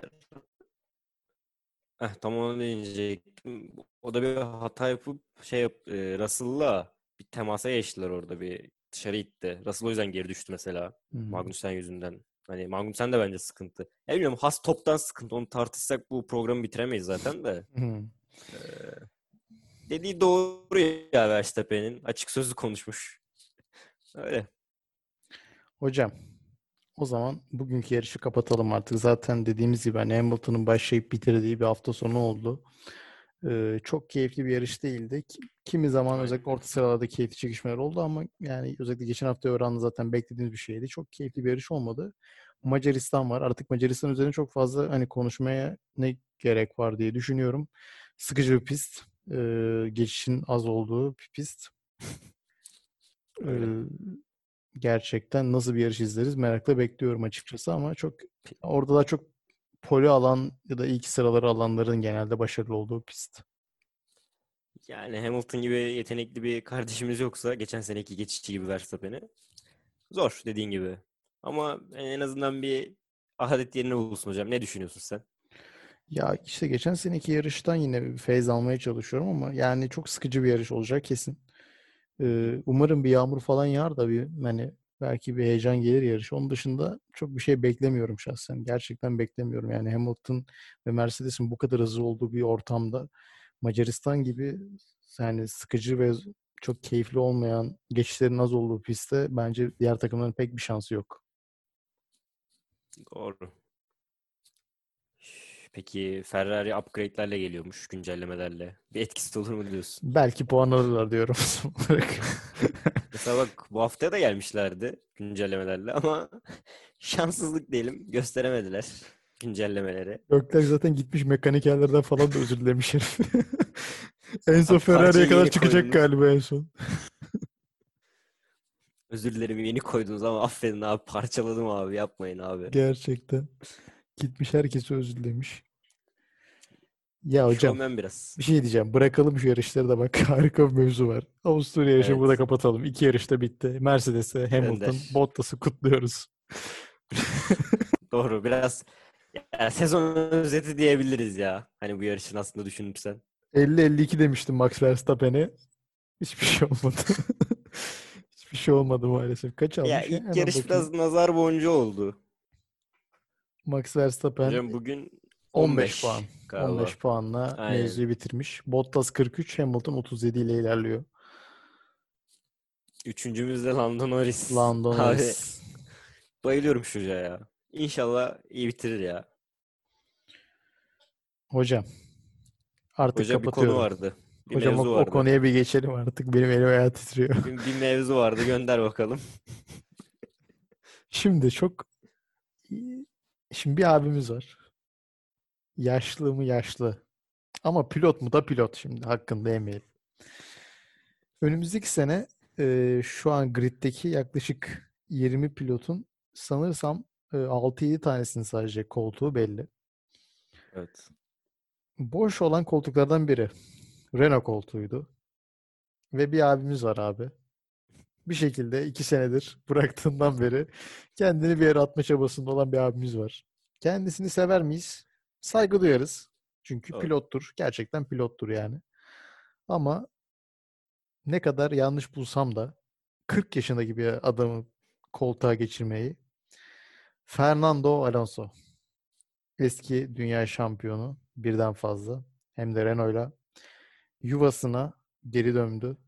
eh, tam onu diyecektim. O da bir hata yapıp şey yap, e, Russell'la bir temasa geçtiler orada bir dışarı itti. Russell o yüzden geri düştü mesela. Hmm. Magnussen yüzünden. Hani Magnussen de bence sıkıntı. Ya bilmiyorum has toptan sıkıntı. Onu tartışsak bu programı bitiremeyiz zaten de. Hmm. Ee, dediği doğru ya Verstappen'in. Açık sözlü konuşmuş. Öyle. Hocam, o zaman bugünkü yarışı kapatalım artık. Zaten dediğimiz gibi hani Hamilton'ın başlayıp bitirdiği bir hafta sonu oldu. Ee, çok keyifli bir yarış değildi. Ki- Kimi zaman Aynen. özellikle orta sıralarda keyifli çekişmeler oldu ama yani özellikle geçen hafta oranla zaten beklediğimiz bir şeydi. Çok keyifli bir yarış olmadı. Macaristan var. Artık Macaristan üzerine çok fazla hani konuşmaya ne gerek var diye düşünüyorum. Sıkıcı bir pist. Ee, geçişin az olduğu bir pist. Öyle. Ee, gerçekten nasıl bir yarış izleriz merakla bekliyorum açıkçası ama çok orada da çok poli alan ya da ilk sıraları alanların genelde başarılı olduğu pist. Yani Hamilton gibi yetenekli bir kardeşimiz yoksa geçen seneki geçişçi gibi Verstappen'i zor dediğin gibi. Ama en azından bir adet yerine bulsun hocam. Ne düşünüyorsun sen? Ya işte geçen seneki yarıştan yine bir feyz almaya çalışıyorum ama yani çok sıkıcı bir yarış olacak kesin. Hı hı. Ee, umarım bir yağmur falan yağar da bir hani belki bir heyecan gelir yarış. Onun dışında çok bir şey beklemiyorum şahsen. Gerçekten beklemiyorum. Yani Hamilton ve Mercedes'in bu kadar hızlı olduğu bir ortamda Macaristan gibi yani sıkıcı ve çok keyifli olmayan geçişlerin az olduğu pistte bence diğer takımların pek bir şansı yok. Doğru. Peki Ferrari upgrade'lerle geliyormuş, güncellemelerle. Bir etkisi olur mu diyorsun? Belki puan alırlar diyorum son olarak. Mesela bak bu hafta da gelmişlerdi güncellemelerle ama şanssızlık diyelim gösteremediler güncellemeleri. Gökler zaten gitmiş mekanikerlerden falan da özür dilemiş herif. En son Abi Ferrari'ye parçayı kadar yeni çıkacak koydunuz. galiba en son. Özür dilerim yeni koydunuz ama affedin abi parçaladım abi yapmayın abi. Gerçekten. Gitmiş herkese özür dilemiş. Ya hocam Şovmen biraz. bir şey diyeceğim. Bırakalım şu yarışları da bak harika bir mevzu var. Avusturya yarışı burada Evet kapatalım. İki yarışta bitti. Mercedes'e Hamilton, gönder. Bottas'ı kutluyoruz. Doğru biraz ya, sezon özeti diyebiliriz ya. Hani bu yarışın aslında düşünürsen. elli elli iki demiştim Max Verstappen'e. Hiçbir şey olmadı. Hiçbir şey olmadı maalesef. Kaç Ya almış ya? ilk Hemen yarış bakayım. biraz nazar boncuğu oldu. Max Verstappen Hocam bugün on beş on beş puan. on beş galiba. puanla Aynen. mevzuyu bitirmiş. Bottas kırk üç, Hamilton otuz yedi ile ilerliyor. Üçüncümüz de Lando Norris. Lando Abi Norris. bayılıyorum şu çocuğa ya. İnşallah iyi bitirir ya. Hocam artık Hocam bir konu kapatıyorum. vardı. Bir Hocam o, mevzu o vardı. konuya bir geçelim artık. Benim elim ayağı titriyor. Bir, bir mevzu vardı. Gönder bakalım. Şimdi çok şimdi bir abimiz var. Yaşlı mı yaşlı. Ama pilot mu da pilot şimdi. Hakkında yemeyelim. Önümüzdeki sene e, şu an griddeki yaklaşık yirmi pilotun sanırsam e, altı yedi tanesinin sadece koltuğu belli. Evet. Boş olan koltuklardan biri Renault koltuğuydu. Ve bir abimiz var abi. Bir şekilde iki senedir bıraktığından beri kendini bir yere atma çabasında olan bir abimiz var. Kendisini sever miyiz? Saygı duyarız. Çünkü Doğru. pilottur. Gerçekten pilottur yani. Ama ne kadar yanlış bulsam da kırk yaşındaki bir adamı koltuğa geçirmeyi Fernando Alonso eski dünya şampiyonu birden fazla hem de Renault'la yuvasına geri döndü.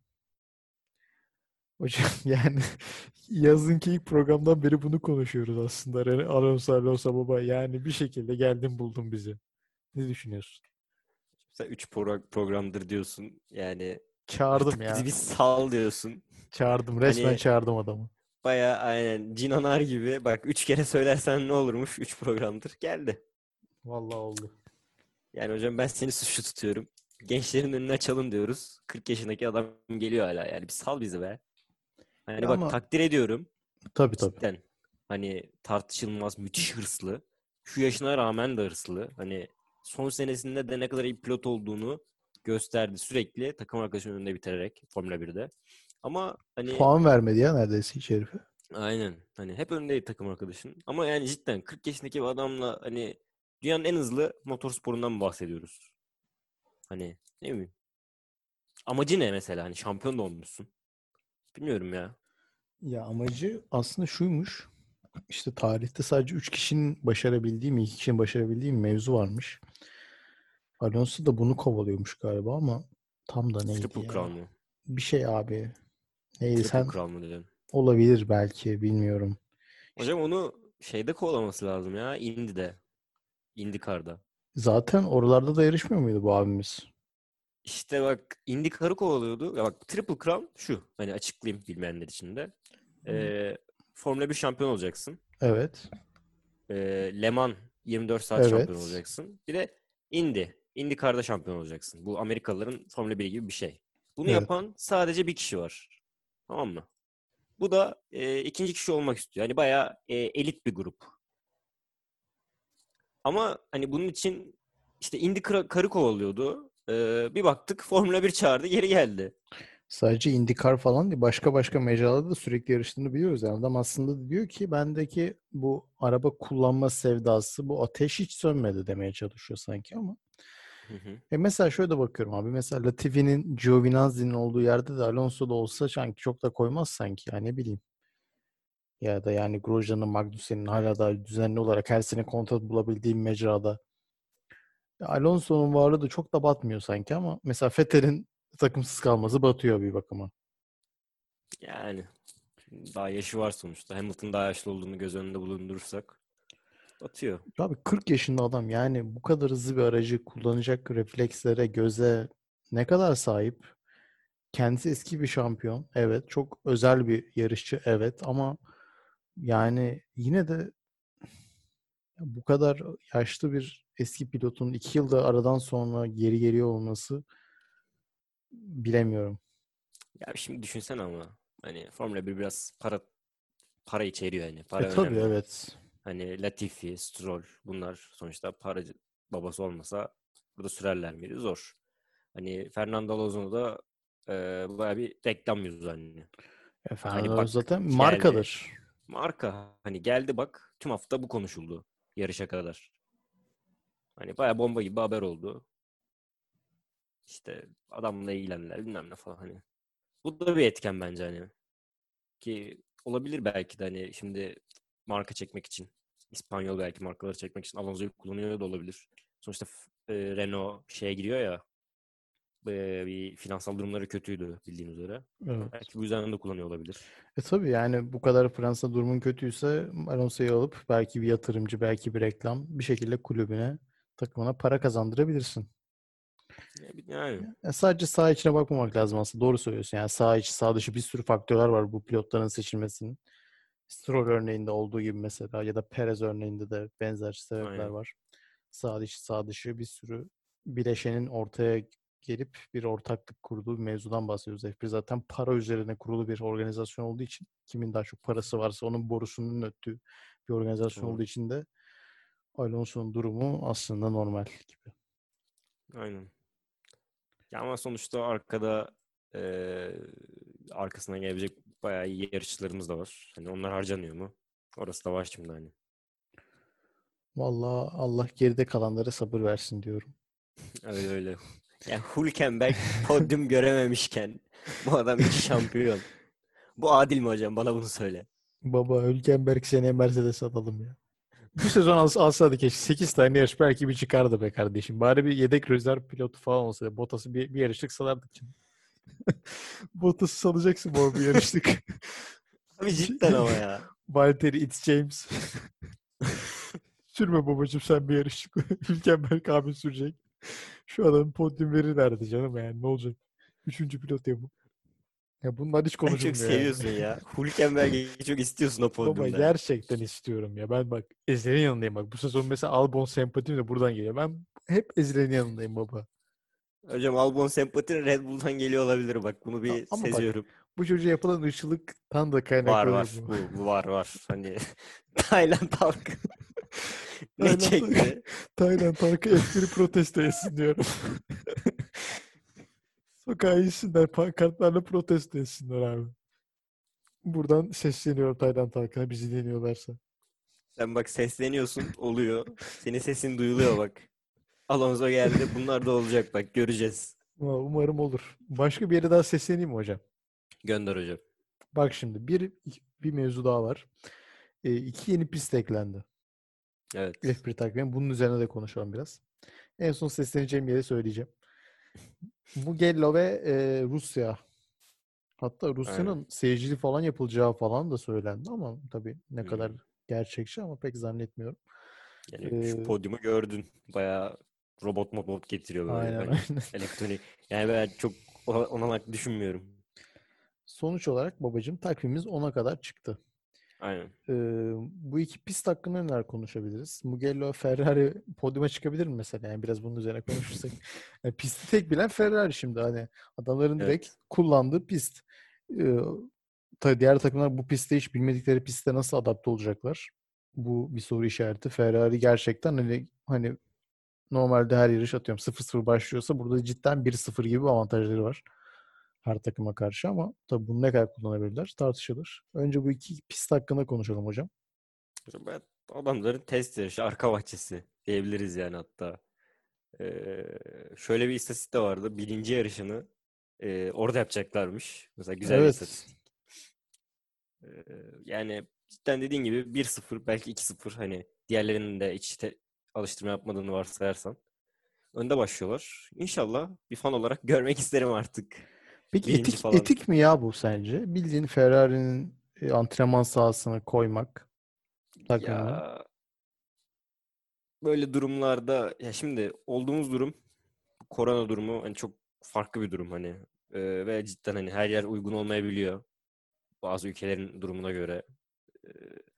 Hocam yani yazınki ilk programdan beri bunu konuşuyoruz aslında. Ren- Alonso Alonso baba yani bir şekilde geldin buldun bizi. Ne düşünüyorsun? Sen üç programdır diyorsun. Yani Çağırdım artık bizi ya. bir sal diyorsun. Çağırdım. Resmen Hani çağırdım adamı. baya aynen Cinanar gibi. Bak üç kere söylersen ne olurmuş? Üç programdır. Geldi. Vallahi oldu. Yani hocam ben seni suçlu tutuyorum. Gençlerin önüne açalım diyoruz. kırk yaşındaki adam geliyor hala yani. Bir sal bizi be. Ya Hani bak ama takdir ediyorum. tabii tabii. Cidden. Hani tartışılmaz müthiş hırslı. Şu yaşına rağmen de hırslı. Hani son senesinde de ne kadar iyi pilot olduğunu gösterdi. Sürekli takım arkadaşının önünde bitirerek Formula birde. Ama hani Puan vermedi ya neredeyse hiç herife. aynen. Hani hep öndeydi takım arkadaşın. Ama yani cidden kırk yaşındaki bir adamla hani dünyanın en hızlı motorsporundan bahsediyoruz. Hani ne bileyim. Amacı ne mesela? Hani şampiyon da olmuşsun. Bilmiyorum ya. Ya amacı aslında şuymuş. İşte tarihte sadece üç kişinin başarabildiği mi, iki kişinin başarabildiği mi mevzu varmış. Alonso da bunu kovalıyormuş galiba ama tam da neydi Triple Crown ya? mu? Bir şey abi. Neydi Triple sen? Crown mu dedin? Olabilir belki bilmiyorum. İşte Hocam onu şeyde kovalaması lazım ya. Indy'de. IndyCar'da. zaten oralarda da yarışmıyor muydu bu abimiz? İşte bak IndyCar'ı kovalıyordu. Ya bak Triple Crown şu. Hani açıklayayım bilmeyenler için de. Ee, Formula bir şampiyon olacaksın. Evet. Ee, Le Mans yirmi dört saat şampiyon Evet. olacaksın. Bir de Indy. IndyCar'da şampiyon olacaksın. Bu Amerikalıların Formula bir gibi bir şey. Bunu Evet. yapan sadece bir kişi var. Tamam mı? Bu da e, ikinci kişi olmak istiyor. Hani bayağı e, elit bir grup. Ama hani bunun için işte IndyCar'ı kovalıyordu. Ee, bir baktık Formula bir çağırdı geri geldi. Sadece IndyCar falan değil. Başka başka mecralarda da sürekli yarıştığını biliyoruz. Yani adam aslında diyor ki bendeki bu araba kullanma sevdası, bu ateş hiç sönmedi demeye çalışıyor sanki ama. Hı hı. E mesela şöyle de bakıyorum abi. Mesela Latifi'nin, Giovinazzi'nin olduğu yerde de Alonso da olsa sanki çok da koymaz sanki. Ya ne bileyim. Ya da yani Grosjean'ın, Magnussen'in hala da düzenli olarak her sene kontrat bulabildiği bir mecrada. Alonso'nun varlığı da çok da batmıyor sanki ama mesela Vettel'in takımsız kalması batıyor bir bakıma. Yani daha yaşı var sonuçta. Hamilton daha yaşlı olduğunu göz önünde bulundurursak atıyor. Abi kırk yaşında adam, yani bu kadar hızlı bir aracı kullanacak reflekslere, göze ne kadar sahip? Kendisi eski bir şampiyon. Evet. Çok özel bir yarışçı. Evet. Ama yani yine de bu kadar yaşlı bir eski pilotun iki yılda aradan sonra geri geliyor olması, bilemiyorum. Ya şimdi düşünsene ama hani Formula bir biraz para para içeriyor yani. E Para tabii, önemli. evet. Hani Latifi, Stroll bunlar sonuçta paracı babası olmasa burada sürerler miydi? Zor. Hani Fernando Alonso da e, bayağı bir reklam yüzü hani. Hani Efendim bak zaten geldi. markadır. Marka hani geldi bak tüm hafta bu konuşuldu yarışa kadar. Hani bayağı bomba gibi bir haber oldu. İşte adamla ilgilendiler bilmem ne falan hani. Bu da bir etken bence hani. Ki olabilir belki de hani şimdi marka çekmek için. İspanyol belki markaları çekmek için Alonso'yu kullanıyor da olabilir. Sonuçta f- e, Renault şeye giriyor ya, e, bir finansal durumları kötüydü bildiğin üzere. Evet. Belki bu yüzden de kullanıyor olabilir. E tabii, yani bu kadar Fransa durumun kötüyse Alonso'yu alıp belki bir yatırımcı, belki bir reklam, bir şekilde kulübüne, takımına para kazandırabilirsin. Ya bir- Yani Ya sadece saha içine bakmamak lazım aslında. Doğru söylüyorsun. Yani saha içi, saha dışı bir sürü faktörler var bu pilotların seçilmesinin. Stroll örneğinde olduğu gibi mesela, ya da Perez örneğinde de benzer sebepler aynen. var. Sağ dışı sağ dışı bir sürü bileşenin ortaya gelip bir ortaklık kurduğu bir mevzudan bahsediyoruz. F bir zaten para üzerine kurulu bir organizasyon olduğu için, kimin daha çok parası varsa onun borusunun öttüğü bir organizasyon olduğu Doğru. için de Alonso'nun durumu aslında normal gibi. Aynen. Ya ama sonuçta arkada e, arkasına gelebilecek bayağı iyi yarışçılarımız da var. Hani onlar harcanıyor mu? Orası da var şimdi hani. Vallahi Allah geride kalanlara sabır versin diyorum. Öyle öyle. Ya Hülkenberg podyum görememişken bu adam iki şampiyon. Bu adil mi hocam? Bana bunu söyle. Baba, Hülkenberg seneye Mercedes alalım ya. Bu sezon als alsaydı keşke sekiz tane yarış belki bir çıkardı be kardeşim. Bari bir yedek rezerv pilotu falan olsaydı. Bottas'ı bir, bir yarışlık salardık şimdi. Bottas'ı salacaksın bu bir yarışlık. Abi cidden ama ya. Valtteri It's James. Sürme babacığım sen bir yarışlık. Hülkenberg abi sürecek. Şu adamın podyum verirlerdi canım, yani ne olacak? Üçüncü pilot ya bu. Ya bunlar hiç Sen çok konuşulmuyor yani. seviyorsun ya. Hülkenberg'i çok istiyorsun o Baba podyumda. gerçekten istiyorum ya. Ben bak Ezel'in yanındayım bak. Bu sezon mesela Albon sempatim de buradan geliyor. Ben hep Ezel'in yanındayım baba. Hocam Albon sempatin Red Bull'dan geliyor olabilir bak. Bunu A- bir Ama bak, seziyorum. bu çocuğa yapılan ırkçılıktan da Var kaynaklanıyor var. bu. Bu, bu var var. Hani Tayland halkı ne Tayland, çekti? Tayland halkı F biri protesto etsin diyorum. Sokağa insinler, pankartlarla protesto etsinler abi. Buradan sesleniyorum Tayland halkına, bizi dinliyorlarsa. Sen bak sesleniyorsun oluyor. Senin sesin duyuluyor bak. Alonso geldi. Bunlar da olacak bak göreceğiz. Ama umarım olur. Başka bir yere daha sesleneyim mi hocam? Gönder hocam. Bak şimdi bir bir mevzu daha var. E, iki yeni pist eklendi. Evet. F bir takvimi. Bunun üzerine de konuşalım biraz. En son sesleneceğim yeri söyleyeceğim. Mugello ve e, Rusya. Hatta Aynen. Rusya'nın seyircili falan yapılacağı falan da söylendi ama tabii ne kadar Hmm. gerçekçi, ama pek zannetmiyorum. Yani şu Ee, podyumu gördün. Bayağı robot robot getiriyor böyle aynen hani aynen. elektronik. Yani ben çok ona, ona düşünmüyorum. Sonuç olarak babacığım takvimimiz ona kadar çıktı. Aynen. Ee, bu iki pist hakkında neler konuşabiliriz? Mugello, Ferrari podyuma çıkabilir mi mesela? Yani biraz bunun üzerine konuşursak. Yani pisti tek bilen Ferrari şimdi, hani adamların direkt Evet. kullandığı pist. Ee, ta- diğer takımlar bu pistte hiç bilmedikleri pistte nasıl adapte olacaklar? Bu bir soru işareti. Ferrari gerçekten hani hani normalde her yarış atıyorum sıfır sıfır başlıyorsa burada cidden bir sıfır gibi avantajları var her takıma karşı, ama tabii bunu ne kadar kullanabilirler tartışılır. Önce bu iki pist hakkında konuşalım hocam. Ben adamların test yarışı arka bahçesi diyebiliriz yani hatta. Ee, şöyle bir istatistik de vardı. Birinci yarışını e, orada yapacaklarmış. Mesela güzel bir Evet. istatistik. Ee, yani cidden dediğin gibi bir sıfır belki iki sıfır hani diğerlerinin de hiç te- alıştırma yapmadığını varsayarsan. önde başlıyorlar. İnşallah bir fan olarak görmek isterim artık. Peki Birinci etik falan. etik mi ya bu sence? Bildiğin Ferrari'nin e, antrenman sahasına koymak takımı. Ya böyle durumlarda ya şimdi olduğumuz durum korona durumu hani çok farklı bir durum hani. Ee, ve cidden hani her yer uygun olmayabiliyor. Bazı ülkelerin durumuna göre. Ee,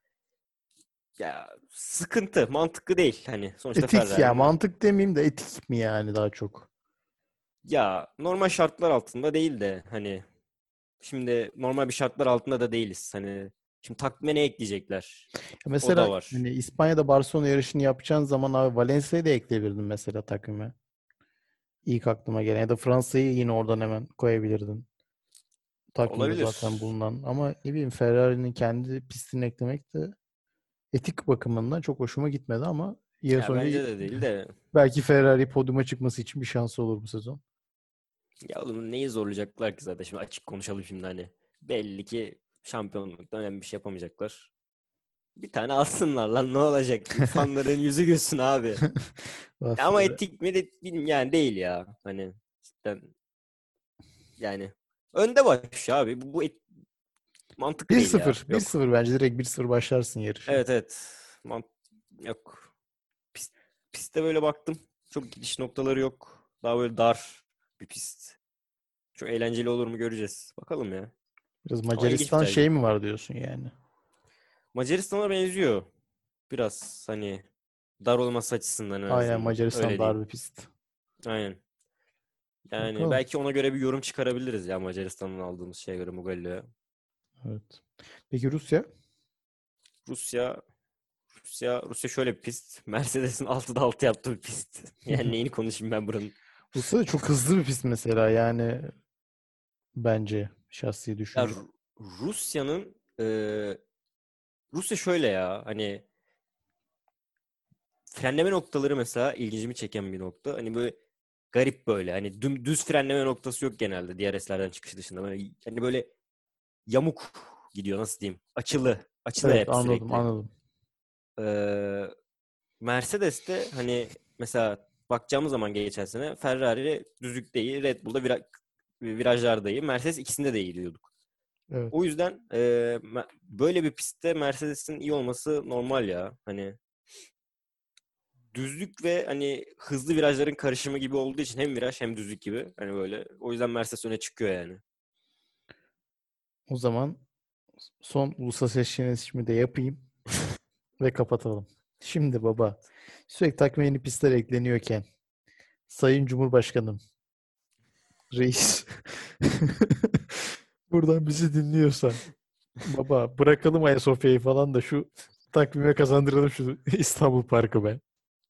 ya sıkıntı, mantıklı değil hani. Sonuçta Etik ya, Ferrari'nin mantık demeyeyim de etik mi yani daha çok? ya normal şartlar altında değil de hani şimdi normal bir şartlar altında da değiliz. Hani şimdi takvime ne ekleyecekler? Ya O mesela da var. hani İspanya'da Barcelona yarışını yapacağın zaman abi Valencia'yı da ekleyebilirdin mesela takvime. İlk aklıma gelen ya da Fransa'yı yine oradan hemen koyabilirdin. Takvimde zaten Olabilir. bulunan ama ne bileyim Ferrari'nin kendi pistini eklemek de etik bakımından çok hoşuma gitmedi ama ya Ya sonucu bence de değil de belki Ferrari podyuma çıkması için bir şansı olur bu sezon. ya oğlum neyi zorlayacaklar ki zaten şimdi açık konuşalım şimdi hani. Belli ki şampiyonlukta önemli bir şey yapamayacaklar. Bir tane alsınlar lan ne olacak? Fanların yüzü gülsün abi. Ama Aferin. etik mi de bilmiyorum yani değil ya. Hani cidden yani önde baş abi. Bu, bu et- mantıklı değil ya. bir sıfır. Yok. bir sıfır bence direkt bir sıfır başlarsın yarışa. Evet evet. Mant yok. Pist, piste böyle baktım. Çok gidiş noktaları yok. Daha böyle dar bir pist. Çok eğlenceli olur mu göreceğiz. Bakalım ya. Biraz Ama ilginç bir Macaristan tercih. şey mi var diyorsun yani? Macaristan'a benziyor. Biraz hani dar olması açısından en Aynen azından. Macaristan Öyle dar diyeyim. bir pist. Aynen. Yani Bakalım. belki ona göre bir yorum çıkarabiliriz ya Macaristan'ın aldığımız şeye göre Mugello'ya. Evet. Peki Rusya? Rusya Rusya Rusya şöyle bir pist. Mercedes'in altıda altı yaptığı bir pist. Yani neyini konuşayım ben buranın. Rusya da çok hızlı bir pist mesela yani bence şahsi Ya düşünce. Ru- Rusya'nın e, Rusya şöyle ya hani frenleme noktaları mesela ilgimi çeken bir nokta. Hani böyle garip böyle. Hani düm, düz frenleme noktası yok genelde D R S'lerden çıkış dışında. Böyle, hani böyle yamuk gidiyor nasıl diyeyim. Açılı. Açılı Evet hep anladım sürekli. anladım. Ee, Mercedes'te hani mesela bakacağımız zaman geçen sene Ferrari düzlükte iyi, Red Bull'da vira virajlarda iyi. Mercedes ikisinde de iyi diyorduk. O Evet. yüzden e, me- böyle bir pistte Mercedes'in iyi olması normal ya. Hani düzlük ve hani hızlı virajların karışımı gibi olduğu için hem viraj hem düzlük gibi. Hani böyle. O yüzden Mercedes öne çıkıyor yani. O zaman son uluslararası seçeneğimi de yapayım ve kapatalım. Şimdi baba sürekli takvime yeni pistler ekleniyorken Sayın Cumhurbaşkanım reis buradan bizi dinliyorsan baba bırakalım Ayasofya'yı falan da şu takvime kazandıralım şu İstanbul Parkı be.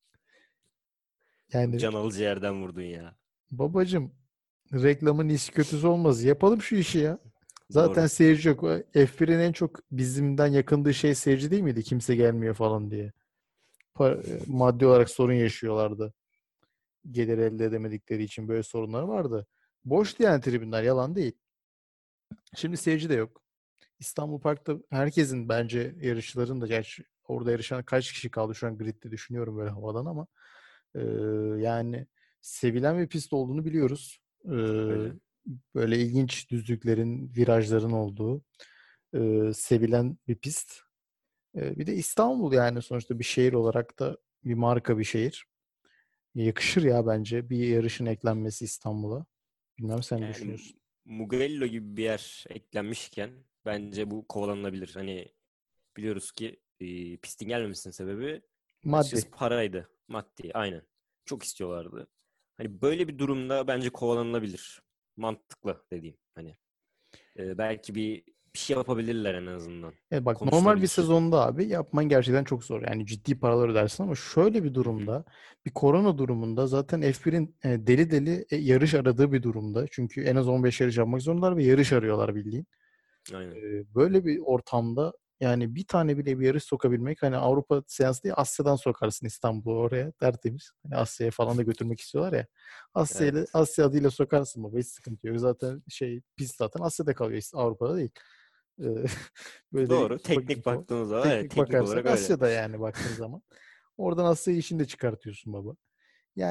Çok Yani can alıcı yerden vurdun ya. babacım reklamın iyisi kötüsü olmaz. Yapalım şu işi ya. Doğru. Zaten seyirci yok. F birin en çok bizimden yakındığı şey seyirci değil miydi? Kimse gelmiyor falan diye. Pa- maddi olarak sorun yaşıyorlardı. Gelir elde edemedikleri için böyle sorunlar vardı. Boştu yani tribünler, yalan değil. Şimdi seyirci de yok. İstanbul Park'ta herkesin bence yarışçıların da gerçi orada yarışan kaç kişi kaldı şu an gridde düşünüyorum böyle havadan ama e, yani sevilen bir pist olduğunu biliyoruz. E, Öyle. böyle ilginç düzlüklerin, virajların olduğu e, sevilen bir pist. E, bir de İstanbul yani sonuçta bir şehir olarak da bir marka bir şehir. Yakışır ya bence bir yarışın eklenmesi İstanbul'a. Bilmem sen ne Yani düşünüyorsun? Mugello gibi bir yer eklenmişken bence bu kovalanılabilir. Hani biliyoruz ki e, pistin gelmemesinin sebebi Maddi. açıkçası paraydı. Maddi. Aynen. Çok istiyorlardı. Hani böyle bir durumda bence kovalanılabilir. Mantıklı dediğim. Hani e, belki bir, bir şey yapabilirler en azından. Evet bak normal bir Konuşulabilir. sezonda abi yapman gerçekten çok zor. Yani ciddi paralar ödersin ama şöyle bir Hı hı. durumda bir korona durumunda zaten F birin e, deli deli e, yarış aradığı bir durumda. Çünkü en az on beş yarış yapmak zorundalar ve yarış arıyorlar bildiğin. E, Aynen. böyle bir ortamda yani bir tane bile bir yarış sokabilmek hani Avrupa seansı değil Asya'dan sokarsın İstanbul'u oraya tertemiz. Hani Asya'ya falan da götürmek istiyorlar ya. Asya ile Evet. Asya adıyla sokarsın baba hiç sıkıntı yok. Zaten şey pist zaten Asya'da kalıyor Avrupa'da değil. E, böyle de Doğru. ufak Teknik info. baktığımız zaman evet. Teknik Teknik bakarsak olarak öyle. Asya'da yani baktığın zaman. Oradan Asya'yı işini de çıkartıyorsun baba. Yani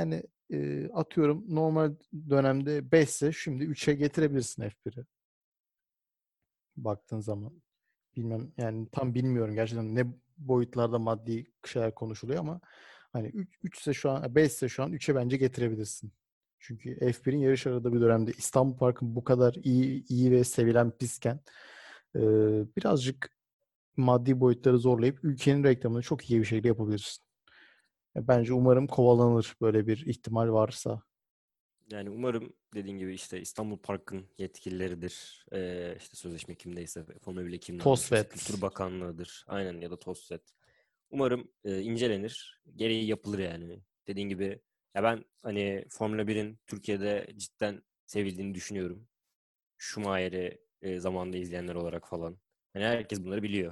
e, atıyorum normal dönemde beş ise şimdi üçe getirebilirsin F biri. Baktığın zaman. Bilmem yani tam bilmiyorum gerçekten ne boyutlarda maddi şeyler konuşuluyor ama hani üç, üç ise şu an beş ise şu an üçe bence getirebilirsin. Çünkü F birin yarış aradığı bir dönemde İstanbul Park'ın bu kadar iyi iyi ve sevilen pistken e, birazcık maddi boyutları zorlayıp ülkenin reklamını çok iyi bir şekilde yapabilirsin. Ya bence umarım kovalanır böyle bir ihtimal varsa. Yani umarım dediğin gibi işte İstanbul Park'ın yetkilileridir. Ee, işte sözleşme kimdeyse, Formula bir kimle anlaşıyorsa, Kültür Tosvet. Bakanlığı'dır. Aynen ya da TOSSET. Umarım e, incelenir. Gereği yapılır yani. Dediğin gibi ya ben hani Formula birin Türkiye'de cidden sevildiğini düşünüyorum. Schumacher'i e, zamanında izleyenler olarak falan. Hani herkes bunları biliyor.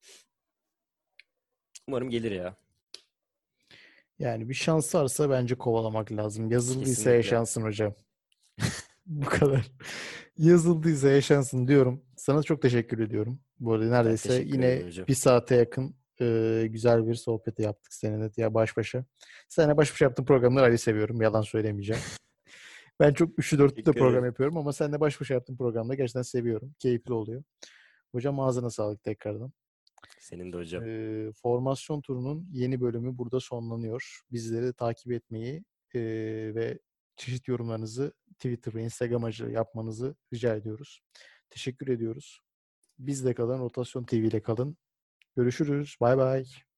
Umarım gelir ya. Yani bir şans varsa bence kovalamak lazım. Yazıldıysa Kesinlikle. yaşansın hocam. Bu kadar. Yazıldıysa yaşansın diyorum. Sana çok teşekkür ediyorum. Bu arada Ben neredeyse teşekkür ederim yine hocam. bir saate yakın e, güzel bir sohbeti yaptık seninle ya baş başa. Seninle baş başa yaptığım programları Ali seviyorum. Yalan söylemeyeceğim. Ben çok üçlü dörtlü de Teşekkür program ederim. yapıyorum ama seninle baş başa yaptığım programda gerçekten seviyorum. Keyifli oluyor. Hocam ağzına sağlık tekrardan. Senin de hocam. E, formasyon turunun yeni bölümü burada sonlanıyor. Bizleri takip etmeyi e, ve çeşitli yorumlarınızı Twitter ve Instagram aracılığıyla yapmanızı rica ediyoruz. Teşekkür ediyoruz. Bizde kalın, Rotasyon T V ile kalın. Görüşürüz. Bay bay.